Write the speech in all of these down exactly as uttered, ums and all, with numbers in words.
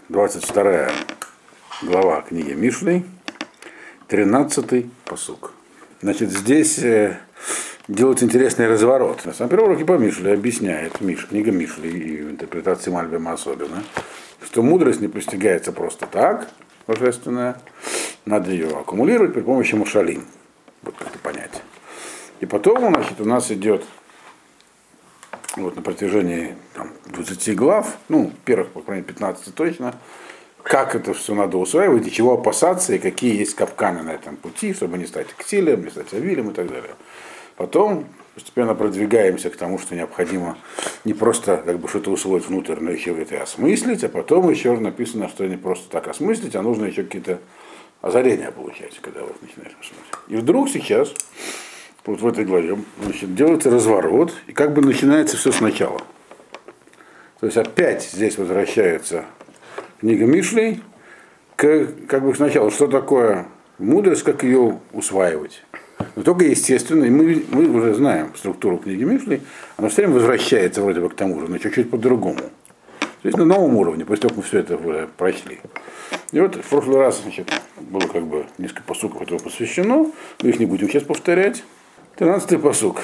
двадцать вторая глава книги Мишлей, тринадцатый пасук. Значит, здесь э, делается интересный разворот. На самом первом уроке по Мишле объясняет Миш, книга Мишли и в интерпретации Мальбима особенно, что мудрость не постигается просто так, божественная, надо ее аккумулировать при помощи мушалим. Вот как это понять. И потом, значит, у нас идет вот на протяжении там, двадцати глав, ну, первых, по крайней мере, пятнадцати точно, как это все надо усваивать, и чего опасаться, и какие есть капканы на этом пути, чтобы не стать Ксилем, не стать Авилем и так далее. Потом постепенно продвигаемся к тому, что необходимо не просто как бы что-то усвоить внутрь, но еще это осмыслить, а потом еще написано, что не просто так осмыслить, а нужно еще какие-то озарения получать, когда вот начинаешь осмыслить. И вдруг сейчас, вот в этой главе, значит, делается разворот, и как бы начинается все сначала. То есть опять здесь возвращается книга Мишлей, к, как бы сначала, что такое мудрость, как ее усваивать. Но только естественно, и мы, мы уже знаем структуру книги Мишлей, она все время возвращается вроде бы к тому же, но чуть-чуть по-другому. То есть на новом уровне, после того, как мы все это уже прочли. И вот в прошлый раз, значит, было как бы несколько пасуков этого посвящено, мы их не будем сейчас повторять. тринадцатый пасук.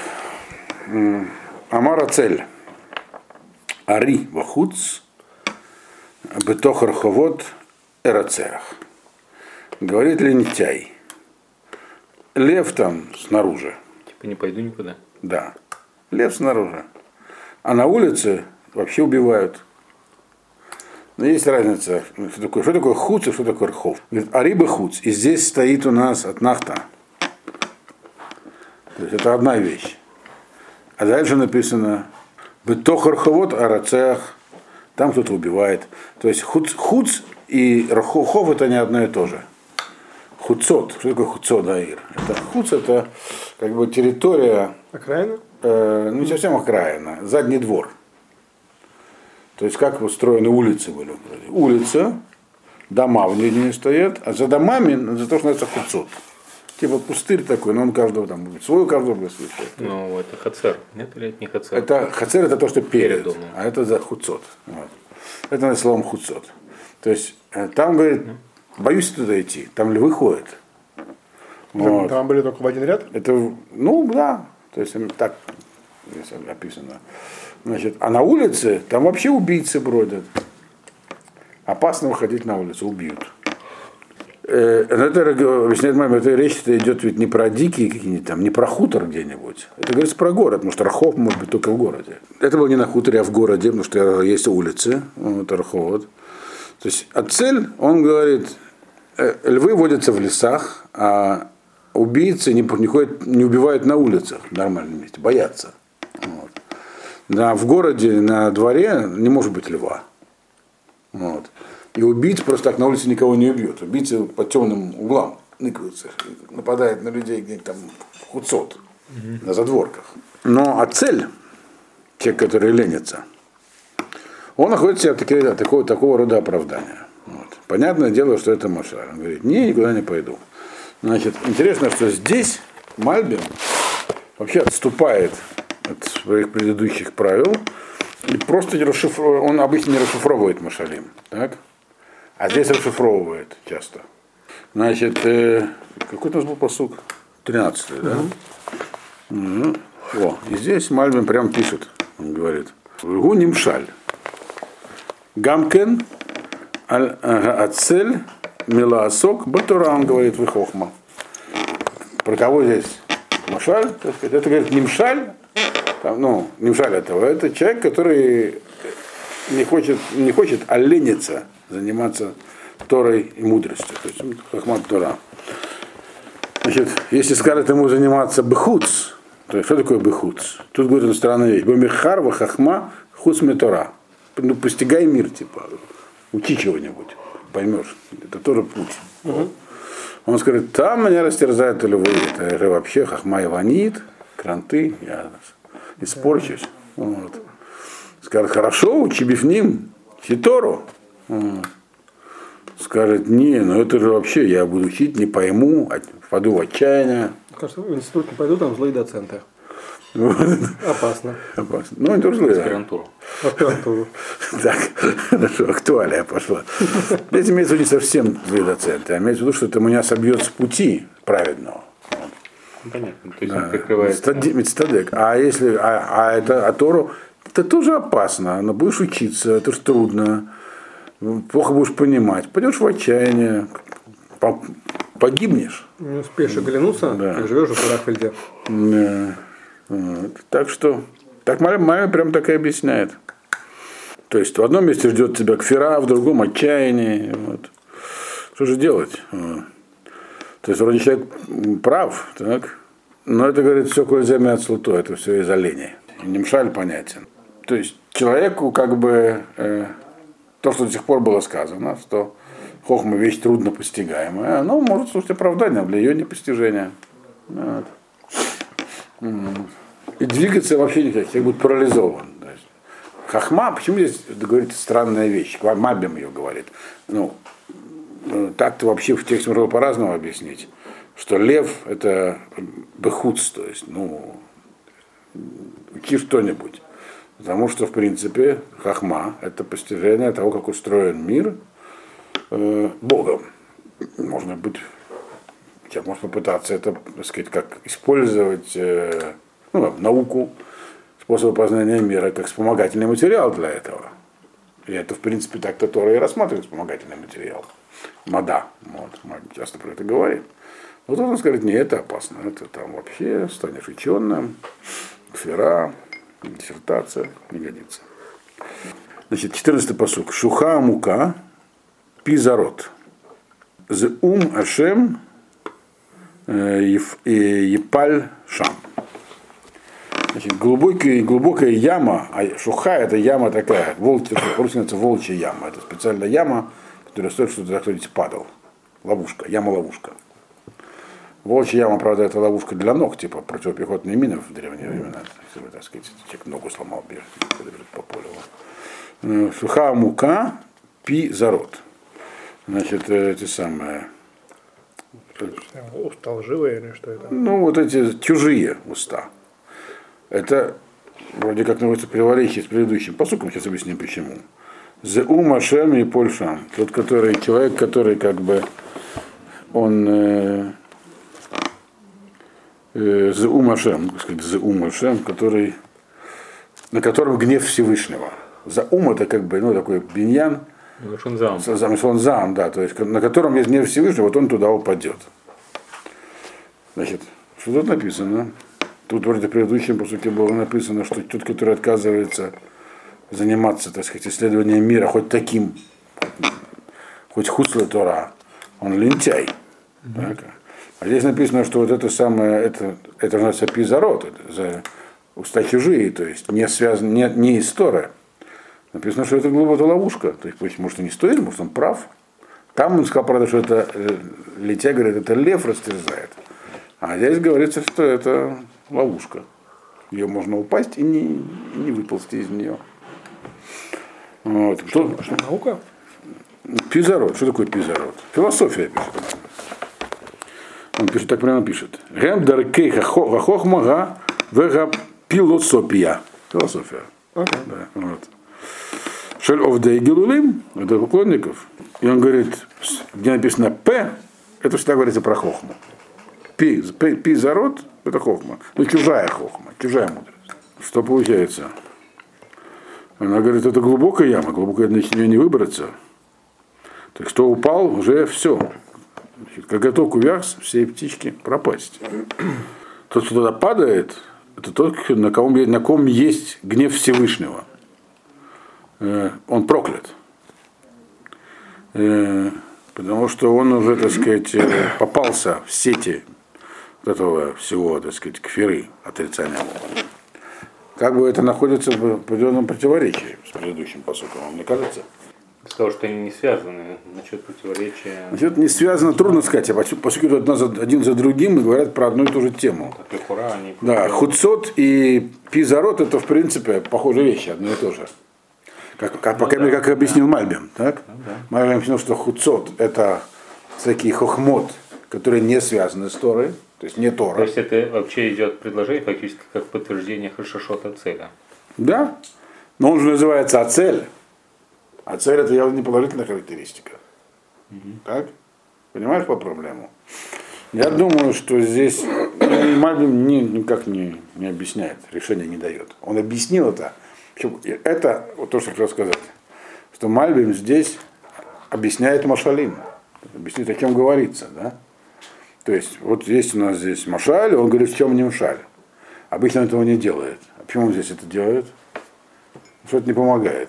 Амара цель. Ари вахуц. Бетохар ховод эрацеах. Говорит лентяй. Лев там снаружи. Типа не пойду никуда. Да. Лев снаружи. А на улице вообще убивают. Но есть разница, что такое, что такое хуц и что такое рхов. Говорит, ариба хуц. И здесь стоит у нас от нахта. То есть это одна вещь. А дальше написано бетохар ховод эрацеах. Там кто-то убивает. То есть хуц, хуц и рхов это не одно и то же. Хуцот. Что такое хуцот, Аир? Это хуц это как бы территория. Окраина? Э, ну не совсем окраина, задний двор. То есть как устроены улицы были. Улица, дома в ней стоят, а за домами за то, что называется хуцот. Типа пустырь такой, но он каждого там будет свой, у каждого будет свой. Ну, это хацер. Нет, или это не хацер? Это хацер это то, что перед, Перед а это за хуцот. Вот. Это называется словом хуцот. То есть там, говорит, боюсь туда идти, там львы ходят. Вот. Там были только в один ряд? Это, ну да, то есть так здесь описано. Значит, а на улице там вообще убийцы бродят. Опасно выходить на улицу, убьют. Это объясняет маме, это речь идет ведь не про дикие какие-нибудь там, не про хутор где-нибудь. Это говорится про город, потому что Рахов может быть только в городе. Это было не на хуторе, а в городе, потому что есть улицы, вот Раховод. То есть, а цель, он говорит, львы водятся в лесах, а убийцы не, не, ходят, не убивают на улицах в нормальном месте, боятся. Вот. Да, в городе, на дворе не может быть льва. Вот. И убийц просто так на улице никого не убьет. Убийцы по темным углам ныкаются, нападают на людей где-нибудь там в хуцот, mm-hmm. на задворках. Но а цель, те, которые ленятся, он находит себя такие, такого, такого рода оправдания. Вот. Понятное дело, что это Машар. Он говорит, не, никуда не пойду. Значит, интересно, что здесь Мальбим вообще отступает от своих предыдущих правил и просто расшифрует, он обычно не расшифровывает Машалим, так? А здесь расшифровывает часто. Значит, э, какой у нас был пасук? тринадцатый, да? Угу. Угу. О, и здесь Мальбим прям пишет, он говорит, Гу нимшаль. Гамкен ацель милаасок батура, он говорит, вы хохма. Про кого здесь Машаль? Это, говорит, нимшаль. Там, ну, нимшаль этого. Это человек, который не хочет, не хочет, а ленится заниматься Торой и мудростью. То есть хахмат Тора. Значит, если скажет ему заниматься бехуц, то есть что такое бехуц? Тут говорит странная вещь. Бомихар ва хахма хуц метора. Ну, постигай мир, типа. Учи чего-нибудь. Поймешь. Это тоже путь. Uh-huh. Он скажет, там меня растерзают львы. Это же вообще хахма и ванит, кранты, я испорчусь. Вот. Скажет, хорошо, учи бифним, хитору. Вот. Скажет, не, ну это же вообще, я буду учить, не пойму, впаду в отчаяние. Кажется, в институт не пойду, там злые доценты. Опасно. Опасно. Ну, это уже злые. Аспирантуру. Аспирантуру. Так, хорошо, актуалия пошла. Здесь имеется в виду не совсем злые доценты, а имеется в виду, что это меня собьет с пути праведного. Понятно. То есть Да. он прикрывается. Мецтадек. А если, а, а это, а Тору, это тоже опасно. Но будешь учиться, это же трудно. Плохо будешь понимать. Пойдешь в отчаяние, по- погибнешь. Не успеешь оглянуться, Да. как живешь в Рахвельде. Да. Вот. Так что, так Мальбим прям так и объясняет. То есть в одном месте ждет тебя кфира, в другом отчаяние. Вот. Что же делать? Вот. То есть вроде человек прав, так? Но это, говорит, все кользами от слуто, это все из оленей. Немшаль понятен. То есть человеку как бы э, то, что до сих пор было сказано, что хохма вещь трудно постигаемая, оно может служить оправданием для ее непостижения. Вот. И двигаться вообще никак, человек будет парализован. То есть, хохма, почему здесь говорится странная вещь? Мальбим ее говорит. Ну, так-то вообще в тексте можно по-разному объяснить, что лев это бехуц, то есть, ну, учи что-нибудь. Потому что, в принципе, хохма это постижение того, как устроен мир э, Богом. Можно быть, человек может попытаться это, так сказать, как использовать э, ну, науку, способы познания мира как вспомогательный материал для этого. И это, в принципе, так-то Тора и рассматривает вспомогательный материал. Мада, вот, часто про это говорит. Вот он скажет, не, это опасно, это там вообще станешь ученым, кфира, диссертация, не годится. Значит, четырнадцатый пасук. Шуха мука, пизарот. З ум ашем епаль шам. Значит, глубокая, глубокая яма, а шуха это яма такая, волчья, по-русски называется волчья яма. Это специальная яма, которая стоит, что туда кто-нибудь падал. Ловушка, яма-ловушка. Волчья яма, правда, это ловушка для ног, типа противопехотные мины в древние времена. Если, так сказать, человек ногу сломал, бежит, бежит по полю. Суха мука, пи зарод. Значит, эти самые. Уста лживые или что это? Ну, вот эти чужие уста. Это вроде как наводится противоречие с предыдущим посуком, сейчас объясним почему. Зеум Ашем и Польшам. Тот, который, человек, который как бы он э, э, Зеум Ашем, так сказать, Зеум Ашем, который, на котором гнев Всевышнего. Заум это как бы, ну, такой биньян. Мишонзам. Мишонзам, да, то есть на котором есть гнев Всевышнего, вот он туда упадет. Значит, что тут написано? Тут вроде в предыдущем посуке было написано, что тот, который отказывается заниматься, так сказать, исследованием мира хоть таким, хоть хуцле Тора, он лентяй. Mm-hmm. Так? А здесь написано, что вот это самое, это, это называется пизарот, это за уста чужие, то есть не связано, не, не история. Написано, что это глубокая ловушка. То есть, может, и не стоит, может, он прав. Там он сказал, правда, что это лентяй, говорит, это лев растерзает. А здесь говорится, что это ловушка. Ее можно упасть и не, и не выползти из нее. Вот. Что, Тут, что, наука? Пизарот. Что такое пизарот? Философия пишет. Он пишет, так прямо пишет. Гем даркей хохмага вега пилосопия. Философия. Okay. Да, вот. Шель овдей гилулим, это поклонников. И он говорит, где написано П, это всегда говорится про хохму. Пи, пи, пи зарод, это хохма. Ну, чужая хохма, чужая мудрость. Что получается? Она говорит, это глубокая яма, глубокая из нее не выбраться. Так что упал, уже все. Как готов увяз, все птички пропасть. Тот, кто туда падает, это тот, на ком, на ком есть гнев Всевышнего. Он проклят. Потому что он уже, так сказать, попался в сети этого всего, так сказать, кфиры, отрицания Бога. Как бы это находится в определенном противоречии с предыдущим посуком, вам не кажется? Ты сказал, что они не связаны. Насчет противоречия. Значит, не связано, трудно сказать, а посуки идут один за другим и говорят про одну и ту же тему. Так, лихура, они... Да, хуцот и пизарот это, в принципе, похожие вещи, одно и то же. Как, как, ну, пока, да, как объяснил да. Мальбим, так? Ну, да. Мальбим объяснил, что хуцот это всякие хохмот, которые не связаны с Торой, то То есть не Тора. То есть это вообще идет предложение фактически как подтверждение Хашашота Ацеля. Да, но он же называется Ацель. Ацель это явно не положительная характеристика. Угу. Так? Понимаешь по проблему? Я думаю, что здесь ну, Мальбим ни, никак не, не объясняет, решение не дает. Он объяснил это. Это вот то, что хотел сказать. Что Мальбим здесь объясняет Машалим. Объяснит, о чем говорится. Да? То есть, вот есть у нас здесь Машаль, он говорит, в чем не Машаль. Обычно он этого не делает. А почему он здесь это делает? Что это не помогает.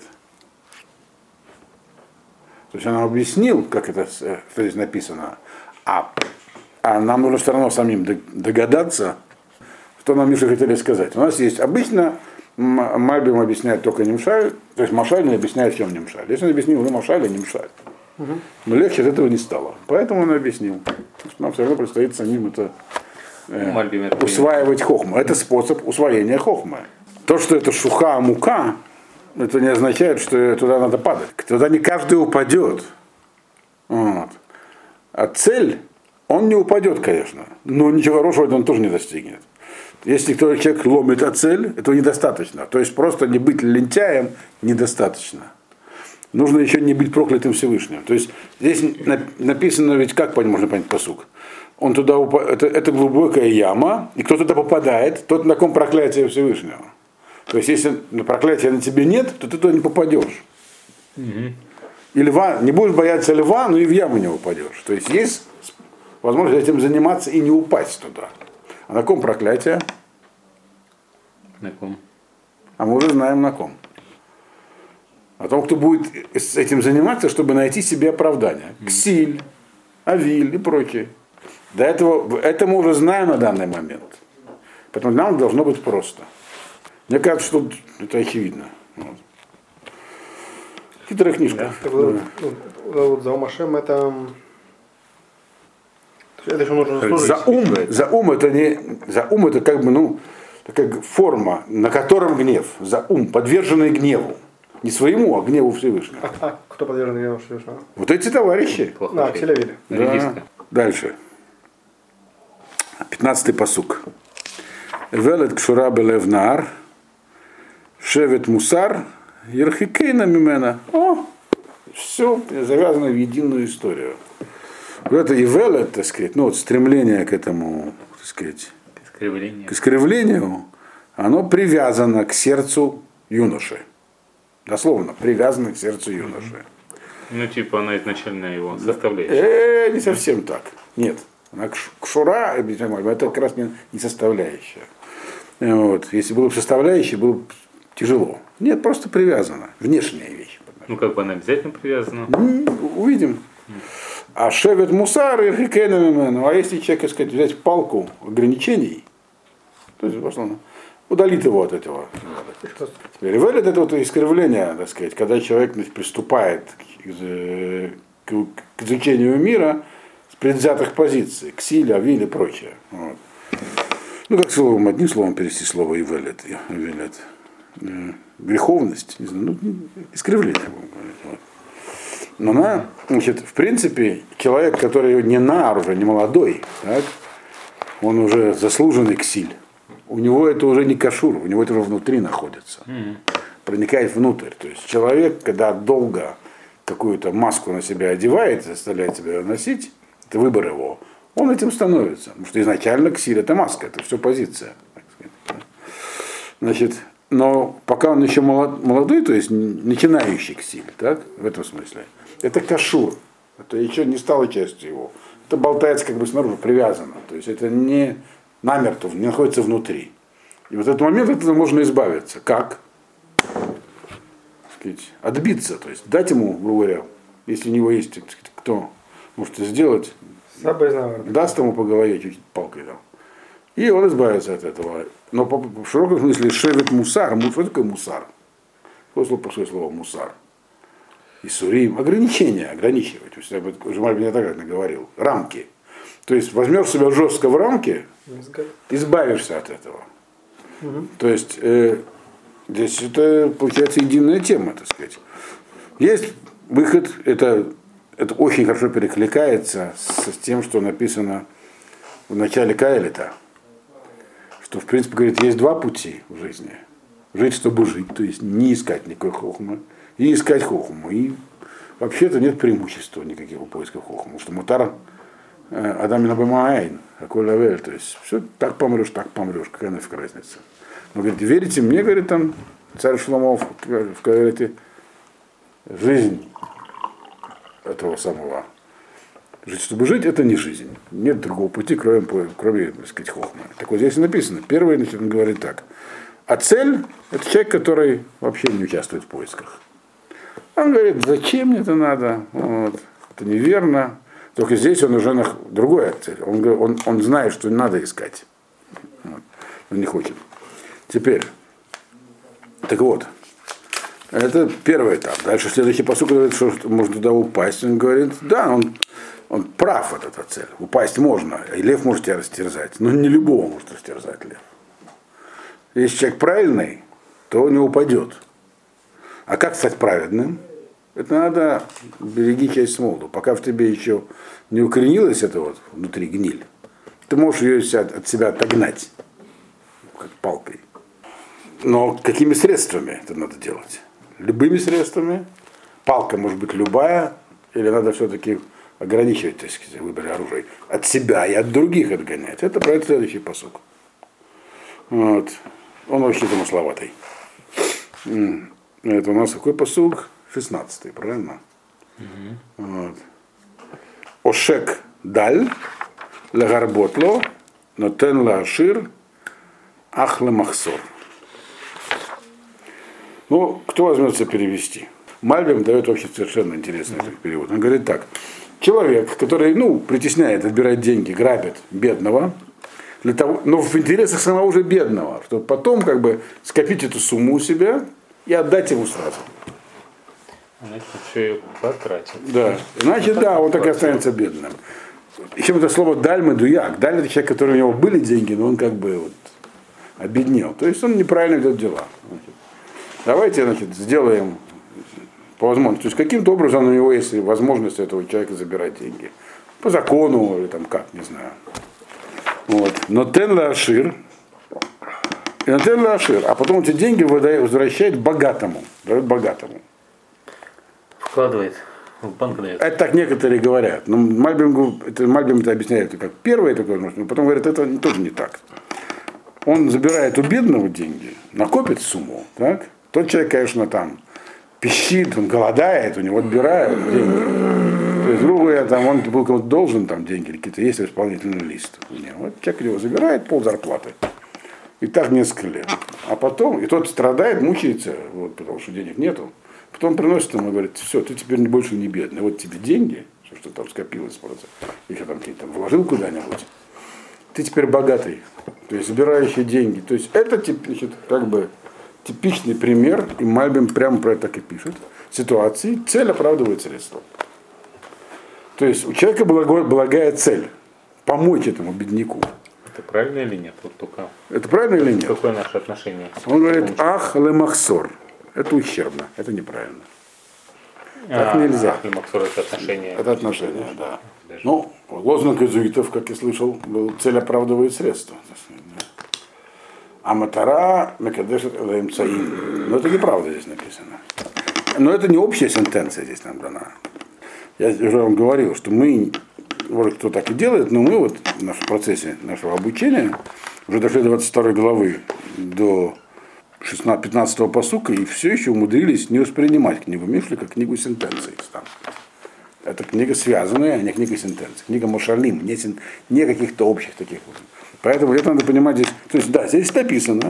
То есть он объяснил, как это что здесь написано. А, а нам нужно все равно самим догадаться, что нам Миша хотели сказать. У нас есть обычно Мальбим объясняет только не Мшаль, то есть Машаль не объясняет, в чем не Мшаль. Если он объяснил не Машаль, а не Мшаль. Угу. Но легче от этого не стало. Поэтому он объяснил. Что нам все равно предстоит самим это, э, усваивать хохму. Это способ усвоения хохмы. То, что это шуха, мука, это не означает, что туда надо падать. Туда не каждый упадет. Вот. А цель, он не упадет, конечно, но ничего хорошего он тоже не достигнет. Если кто человек ломит от цель, этого недостаточно. То есть просто не быть лентяем недостаточно. Нужно еще не быть проклятым Всевышним. То есть здесь написано, ведь как можно понять пасук? Он туда уп... это, это глубокая яма, и кто туда попадает, тот на ком проклятие Всевышнего. То есть если проклятия на тебе нет, то ты туда не попадешь. Угу. И льва, не будешь бояться льва, но и в яму не упадешь. То есть есть возможность этим заниматься и не упасть туда. А на ком проклятие? На ком? А мы уже знаем на ком. О том, кто будет с этим заниматься, чтобы найти себе оправдание. Ксиль, Авиль и прочее. До этого, это мы уже знаем на данный момент. Поэтому нам должно быть просто. Мне кажется, что это очевидно. Вот. Хитрая книжка. Да. Вот, вот, за Машем это... Это еще нужно служить. За ум, за ум это не... За ум это как бы, ну, такая форма, на котором гнев. За ум, подверженный гневу. Не своему, а гневу Всевышнего. А, а кто подвержен гневу Всевышнего? Вот эти товарищи. Да, Кселявили. Да. Дальше. Пятнадцатый пасук. Велет кшура белев нар, шевет мусар, ерхикейна мимена. О, все завязано в единую историю. Вот это и велет, так сказать, ну вот стремление к этому, так сказать, к искривлению. к искривлению, оно привязано к сердцу юноши. Дословно, привязано к сердцу юноши. Ну, типа, она изначально его составляющая. Э, не совсем так. Нет. Она кшура, это как раз не, не составляющая. Вот. Если было бы составляющая, было бы тяжело. Нет, просто привязана. Внешняя вещь. Ну, как бы она обязательно привязана? Увидим. А шевет мусар и рикенами. А если человек, так сказать, взять палку ограничений, то есть, условно, удалит его от этого. Теперь велет это вот искривление, так сказать, когда человек приступает к, к изучению мира с предвзятых позиций, к силе, авиле и прочее. Вот. Ну, как словом, одним словом перевести слово и велет, велет. Греховность, не знаю, ну, искривление, будем говорить. Вот. Но она, значит, в принципе, человек, который не нар уже, не молодой, так, он уже заслуженный ксиль. У него это уже не кашур, у него это уже внутри находится. Mm-hmm. Проникает внутрь. То есть человек, когда долго какую-то маску на себя одевает, заставляет себя носить, это выбор его, он этим становится. Потому что изначально ксиль это маска, это все позиция. Так сказать. Значит, но пока он еще молодой, то есть начинающий ксиль, так, в этом смысле, это кашур. Это еще не стало частью его. Это болтается как бы снаружи, привязано. То есть это не намертво, не находится внутри. И вот этот момент от этого можно избавиться. Как? Сказать, отбиться, то есть дать ему, грубо говоря, если у него есть, так сказать, кто может это сделать, даст ему по голове чуть-чуть палкой там. И он избавится от этого. Но в широком смысле шевет мусар. Что такое мусар? Какое слово, простое слово мусар? Исурим. Ограничения, ограничивать. То есть, я уже Мальбин так говорил. Рамки. То есть возьмешь себя жестко в рамки, избавишься от этого. Угу. То есть э, здесь это получается единая тема, так сказать. Есть выход, это, это очень хорошо перекликается с тем, что написано в начале Каэлита, что, в принципе, говорит, есть два пути в жизни. Жить, чтобы жить, то есть не искать никакой хохмы, и искать хохму. И вообще-то нет преимущества никаких у поисков хохмы, потому что мутар Адам Набамаайн, какой лавель, то есть все так помрешь, так помрешь, какая нафиг разница. Но говорит, верите мне, говорит там царь Шломов в Каэлите, жизнь этого самого. Жить, чтобы жить, это не жизнь. Нет другого пути, кроме, кроме так сказать, хохмы. Так вот здесь и написано. Первый, значит, он говорит так. А цель – это человек, который вообще не участвует в поисках. Он говорит, зачем мне это надо? Вот. Это неверно. Только здесь он уже на другой цель. Он, он, он знает, что надо искать. Вот. Он не хочет. Теперь. Так вот. Это первый этап. Дальше следующий посуд говорит, что можно туда упасть. Он говорит, да, он, он прав, это эта цель. Упасть можно. И лев может тебя растерзать. Но не любого может растерзать лев. Если человек правильный, то он не упадет. А как стать праведным? Это надо береги часть смолоду. Пока в тебе еще не укоренилась эта вот внутри гниль, ты можешь ее от себя отогнать, как палкой. Но какими средствами это надо делать? Любыми средствами. Палка может быть любая, или надо все-таки ограничивать, так сказать, выбор оружия. От себя и от других отгонять. Это про это следующий посук. Вот. Он вообще замысловатый. Это у нас какой посук? шестнадцатый, правильно? Mm-hmm. Вот. Ошек даль, лагарботло, нотен лашир, ахле махсор. Ну, кто возьмется перевести? Мальбим дает вообще совершенно интересный mm-hmm. перевод. Он говорит так. Человек, который, ну, притесняет, отбирает деньги, грабит бедного, для того, но в интересах самого же бедного, чтобы потом как бы скопить эту сумму у себя и отдать ему сразу. Значит, все ее потратит. Да. Значит, да, он так и останется бедным. Еще это слово даль медуяк. Даль это человек, который у него были деньги, но он как бы вот обеднел. То есть он неправильно ведет дела. Значит, давайте, значит, сделаем по возможности. То есть каким-то образом у него есть возможность этого человека забирать деньги. По закону или там как, не знаю. Вот. Но тен лашир. И на тен лашир. А потом эти деньги возвращает богатому. Дает богатому. Вкладывает в банк, дает. Это так некоторые говорят. Но Мальбим это, Мальбим это объясняет это как первое такое, но потом говорят, это тоже не так. Он забирает у бедного деньги, накопит сумму, так? Тот человек, конечно, там пищит, он голодает, у него отбирают деньги. То есть, грубо говоря, там, он был кому-то должен там деньги, или какие-то есть исполнительный лист. Вот человек его забирает, пол зарплаты. И так несколько лет. А потом, и тот страдает, мучается, вот, потому что денег нету. Потом приносит ему и говорит, все, ты теперь больше не бедный, вот тебе деньги, что, что там скопилось просто, их там какие-то вложил куда-нибудь, ты теперь богатый, то есть забирающий деньги. То есть это значит, как бы типичный пример, и Мальбим прямо про это так и пишет, ситуации, цель оправдывает средства. То есть у человека благо, благая цель, помочь этому бедняку. Это правильно или нет? Вот только это правильно или нет? Какое наше отношение? Он говорит, ах, лемахсор. Это ущербно, это неправильно. Так а, нельзя. Ах, лемахсор это отношение. Это отношение, да. Даже. Ну, лозунг иезуитов, как я слышал, был цель оправдывает средства. А матара мекадешет элаимцаим. Но это неправда здесь написано. Но это не общая сентенция здесь нам дана. Я уже вам говорил, что мы, может кто так и делает, но мы вот в нашем процессе нашего обучения уже дошли до двадцать второй главы, до пятнадцатого пасука, и все еще умудрились не воспринимать книгу Мишли как книгу сентенций. Это книга связанная, а не книга сентенций. Книга Мошалим, не, сен... не каких-то общих таких. Поэтому это надо понимать здесь. То есть, да, здесь написано,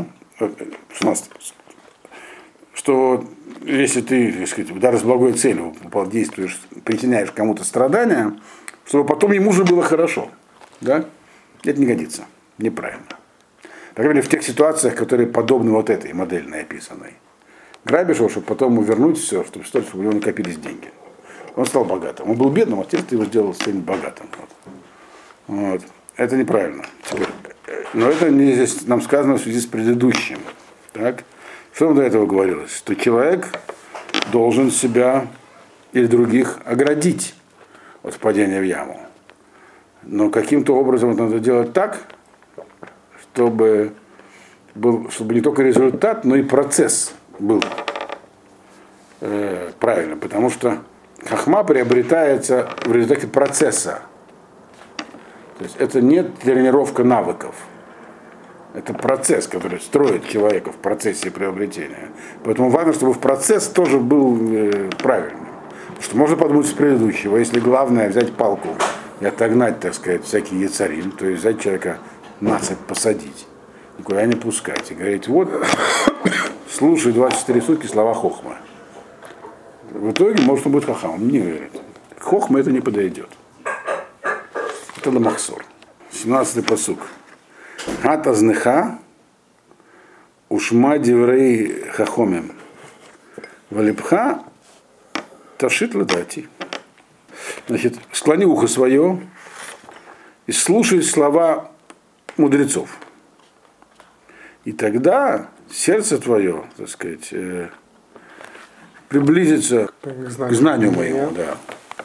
что если ты, так сказать, даже с благой целью действуешь, причиняешь кому-то страдания, чтобы потом ему же было хорошо. Да? Это не годится. Неправильно. Так или в тех ситуациях, которые подобны вот этой модельной описанной. Грабишь его, чтобы потом ему вернуть все, чтобы, чтобы у него накопились деньги. Он стал богатым. Он был бедным, а теперь ты его сделал своим богатым. Вот. Вот. Это неправильно. Теперь. Но это не здесь нам сказано в связи с предыдущим. Так? Что до этого говорилось? Что человек должен себя или других оградить от впадения в яму. Но каким-то образом это надо делать так, чтобы, был, чтобы не только результат, но и процесс был э, правильным. Потому что хахма приобретается в результате процесса. То есть это не тренировка навыков. Это процесс, который строит человека в процессе приобретения. Поэтому важно, чтобы в процесс тоже был э, правильным. Потому что можно подумать с предыдущего, если главное взять палку и отогнать, так сказать, всякий яцарим, то есть взять человека насыпь посадить, никуда не пускать. И говорить, вот, слушай двадцать четыре сутки слова хохма. В итоге, может, он будет хахам. Он не говорит. Хохма это не подойдет. Это ламахсор. семнадцатый пасук. Хата знеха ушма диврей хахомим. Валипха ташит ладати. Значит, склони ухо свое и слушай слова мудрецов. И тогда сердце твое, так сказать, э, приблизится К знанию, к знанию моему. Да.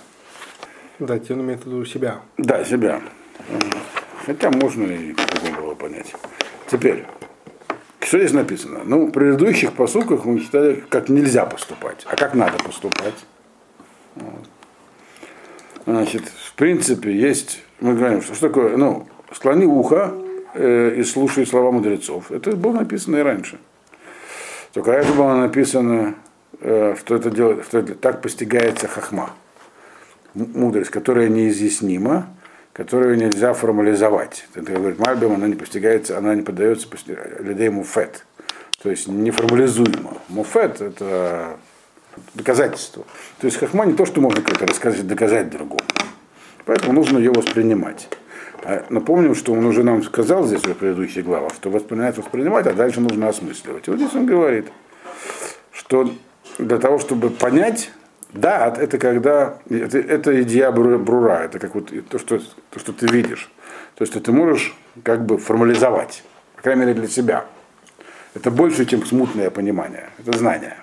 Да, те он имеет в виду себя. Да, себя. Хотя можно и по-другому было понять. Теперь, что здесь написано? Ну, в предыдущих посылках мы читали, как нельзя поступать, а как надо поступать. Вот. Значит, в принципе, есть, мы говорим, что, что такое, ну, склони ухо э, и слушай слова мудрецов. Это было написано и раньше. Только раньше было написано, э, что, это делает, что это, так постигается хахма. Мудрость, которая неизъяснима, которую нельзя формализовать. Это говорит Мальбим, она не постигается, она не поддается людей муфет. То есть неформализуемо. Муфет — это доказательство. То есть хахма не то, что можно как-то рассказать, доказать другому. Поэтому нужно ее воспринимать. А напомним, что он уже нам сказал здесь в предыдущих главах, что воспринимать, воспринимать, а дальше нужно осмысливать. И вот здесь он говорит, что для того, чтобы понять, да, это когда, это, это идея брура, это как вот то что, то, что ты видишь. То есть ты можешь как бы формализовать, по крайней мере для себя. Это больше, чем смутное понимание, это знание.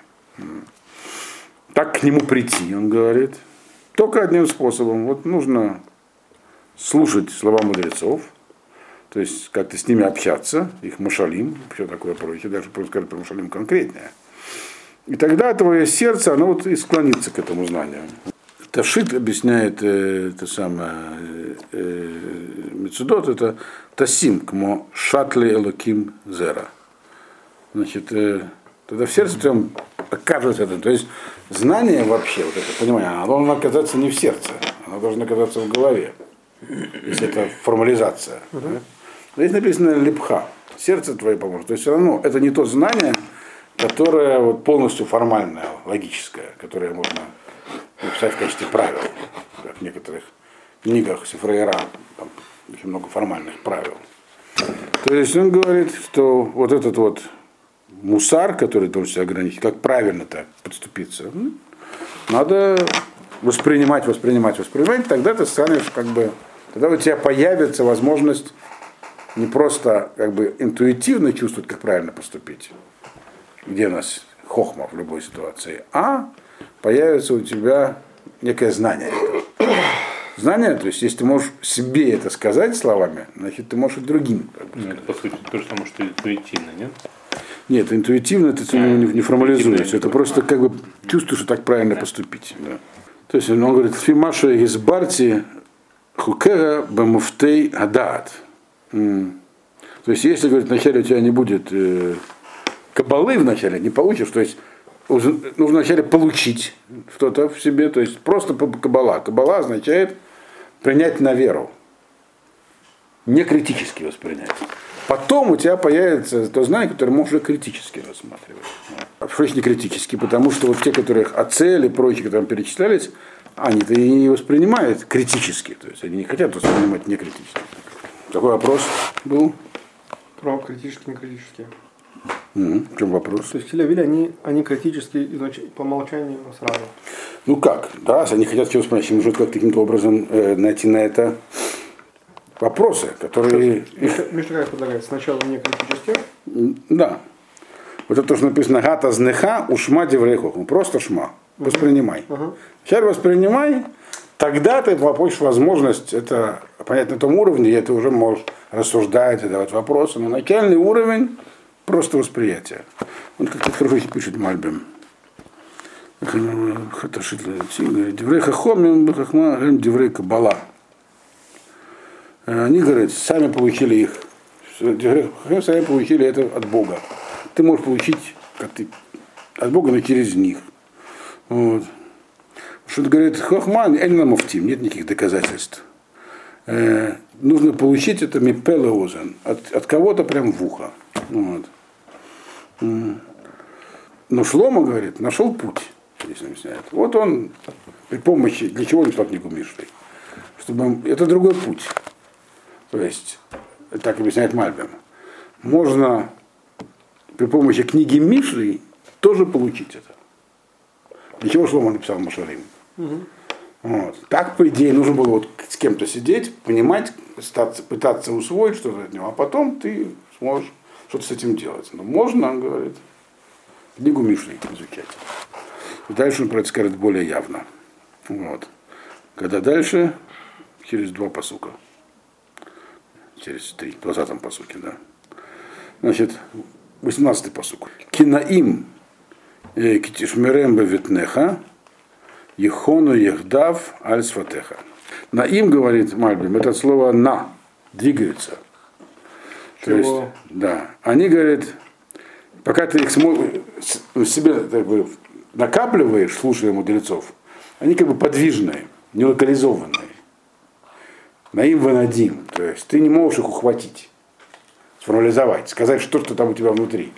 Так к нему прийти, он говорит, только одним способом. Вот нужно слушать слова мудрецов, то есть как-то с ними общаться, их машалим, все такое прочее, даже просто сказать про машалим конкретнее. И тогда твое сердце, оно вот и склонится к этому знанию. Ташит объясняет э, это самое э, Мецудот, это тасим, кмо шатли элоким зера. Значит, э, тогда в сердце твоем окажется это. То есть знание вообще, вот это понимание, оно должно оказаться не в сердце, оно должно оказаться в голове. Если это формализация. Uh-huh. Да? Здесь написано липха, сердце твое поможет. То есть все равно это не то знание, которое вот полностью формальное, логическое, которое можно написать в качестве правил. Как в некоторых книгах Сифрейра, там очень много формальных правил. То есть он говорит, что вот этот вот мусар, который должен себя ограничить, как правильно так подступиться, надо воспринимать, воспринимать, воспринимать, тогда ты станешь как бы, тогда у тебя появится возможность не просто как бы интуитивно чувствовать, как правильно поступить, где у нас хохма в любой ситуации, а появится у тебя некое знание. Знание, то есть, если ты можешь себе это сказать словами, значит, ты можешь и другим. Как бы, ну, это, по сути, то же самое, что интуитивно, нет? Нет, интуитивно это а, не, не формализуется. Это просто как бы чувствуешь, что так правильно да. поступить. Да. То есть он говорит, фимаша из барти хукера бамуфтей адаат. То есть, если, говорит, вначале у тебя не будет э, кабалы вначале, не получишь, то есть нужно вначале получить что-то в себе, то есть просто кабала. Кабала означает принять на веру, не критически воспринять. Потом у тебя появится то знание, которое можно критически рассматривать. Что не критически, потому что вот те, которых ацели и прочие, которые перечислялись, они-то и не воспринимают критически, то есть они не хотят воспринимать не критически. Такой вопрос был? Про критические, не критические. Mm-hmm. В чем вопрос? То есть телевили, они, они критические по умолчанию сразу. Ну как? Да, они хотят чего спросить, может как каким-то образом э, найти на это вопросы, которые... Миша как предлагает? Сначала не критические? Да. Вот это то, что написано «Гата знеха ушма деврейхоху». Просто шма. Воспринимай. Uh-huh. Сейчас воспринимай, тогда ты получишь возможность это понять на том уровне, и ты уже можешь рассуждать и давать вопросы, но начальный уровень просто восприятия. Он как-то хорошо пишет Мальбим. Деврей Хахомим, Хахма, Деврей Кабала. Они, говорят, сами получили их. Деврей Хахомим сами получили это от Бога. Ты можешь получить как ты, от Бога, но через них. Вот. Что-то говорит Хохман, Эльна Муфтим, нет никаких доказательств. Э, нужно получить это мипеле озен, от, от кого-то прям в ухо. Вот. Но Шломо, говорит, нашел путь, если объясняет. Вот он при помощи, для чего он написал книгу Мишлей? Чтобы он, это другой путь. То есть, так объясняет Мальбим. Можно при помощи книги Мишлей тоже получить это. Для чего Шломо написал Машарим? Угу. Вот. Так, по идее, нужно было вот с кем-то сидеть, понимать, пытаться, пытаться усвоить что-то от него, а потом ты сможешь что-то с этим делать. Но можно, он говорит, книгу Мишлей изучать. И дальше он про это скажет более явно. Вот. Когда дальше, через два пасука. Через три, в двадцатом пасуке, да. Значит, восемнадцатый пасук. Кинаим китишмерем бевитнеха ехону ехдав аль сфатеха. Наим, говорит Мальбим, это слово на, двигается. То есть, да, они говорят, пока ты их сможешь, себе так бы, накапливаешь, слушая мудрецов, они как бы подвижные, не локализованные. Наим ванадим, то есть ты не можешь их ухватить, сформализовать, сказать, что, что там у тебя внутри.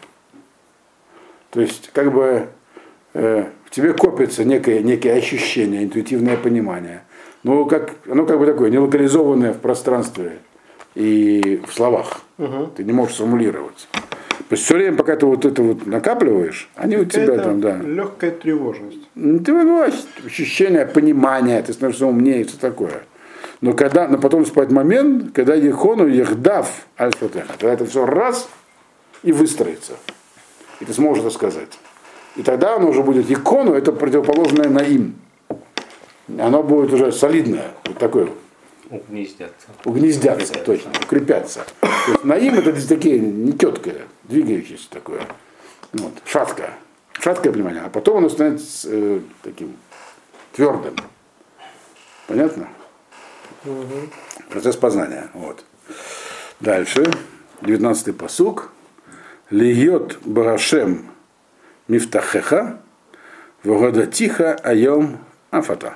То есть, как бы э, в тебе копится некое, некие ощущения, интуитивное понимание. Но как, оно как бы такое, нелокализованное в пространстве и в словах. Угу. Ты не можешь сформулировать. То есть все время, пока ты вот это вот накапливаешь, они у тебя там, да. Легкая тревожность. Ты выносишь ощущение понимания, ты становишься умнее, что такое. Но, когда, но потом наступает момент, когда ехону ехдав аль-фатеха, когда это все раз и выстроится. И ты сможешь это сказать. И тогда оно уже будет икону, это противоположное наим. Оно будет уже солидное, вот такое. Угнездятся. Угнездятся, точно, укрепятся. То есть наим это такие не теткое, двигающееся такое. Вот, шаткое. Шаткое понимание. А потом оно становится э, таким твердым. Понятно? Угу. Процесс познания. Вот. Дальше. девятнадцатый пасук. Льет Барашем Мифтахеха Вагадатиха Айом Афата.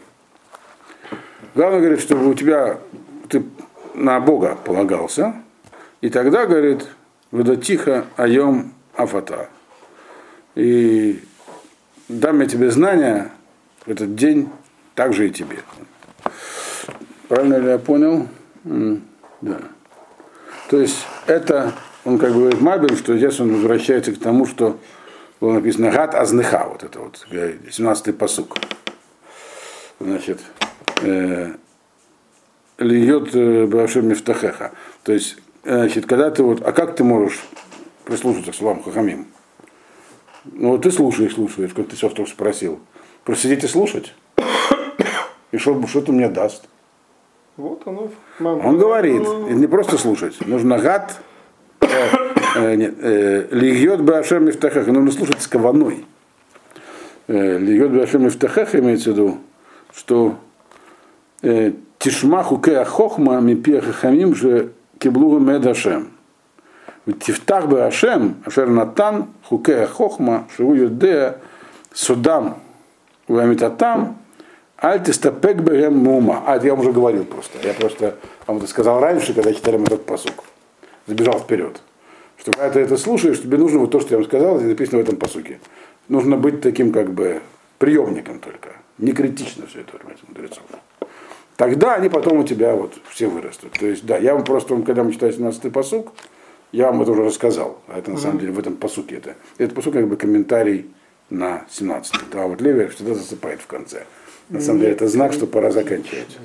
Главное, говорит, чтобы у тебя ты на Бога полагался, и тогда, говорит, Вагадатиха Айом Афата. И дам я тебе знания в этот день, так же и тебе. Правильно ли я понял? М, да. То есть это, он как бы говорит Мальбим, что здесь он возвращается к тому, что было написано Гат Азнеха, вот это вот, семнадцатый пасук. Значит, Льет Барашем Мифтахеха. То есть, значит, когда ты вот, а как ты можешь прислушаться к словам Хахамим? Ну вот ты слушаешь, слушаешь, как ты все вдруг спросил. Просто сидеть и слушать. И что, что это мне даст? Вот оно. Он говорит, не просто слушать, нужно гад, льет Барашем Мифтахеха, нужно слушать с каваной. Льет Барашем Мифтахеха имеется в виду, что тишма хукеа хохма мипия хахамим же киблугу медашем. Тифтах Барашем ашер натан хукеа хохма шиву юдея судам уамитатам альтистапек бегем мума. А, это я уже говорил просто. Я просто вам это сказал раньше, когда читали мы этот пасук. Забежал вперед. Что когда ты это слушаешь, тебе нужно вот то, что я вам сказал, это написано в этом пасуке. Нужно быть таким как бы приемником только. Не критично все это, понимаете, мудрецов. Тогда они потом у тебя вот все вырастут. То есть, да, я вам просто, когда мы читаем семнадцатый пасук, я вам это уже рассказал. А это на самом деле в этом пасуке это. Этот пасук как бы комментарий на семнадцатый. А вот Левер всегда засыпает в конце. На самом деле это знак, что пора заканчивать.